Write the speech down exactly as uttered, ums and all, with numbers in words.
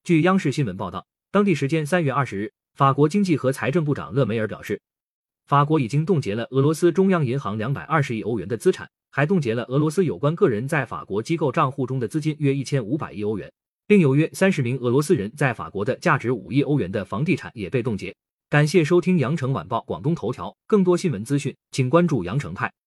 据央视新闻报道，当地时间三月二十日，法国经济和财政部长勒梅尔表示，法国已经冻结了俄罗斯中央银行两百二十亿欧元的资产，还冻结了俄罗斯有关个人在法国机构账户中的资金约一千五百亿欧元，另有约三十名俄罗斯人在法国的价值五亿欧元的房地产也被冻结。感谢收听羊城晚报广东头条，更多新闻资讯，请关注羊城派。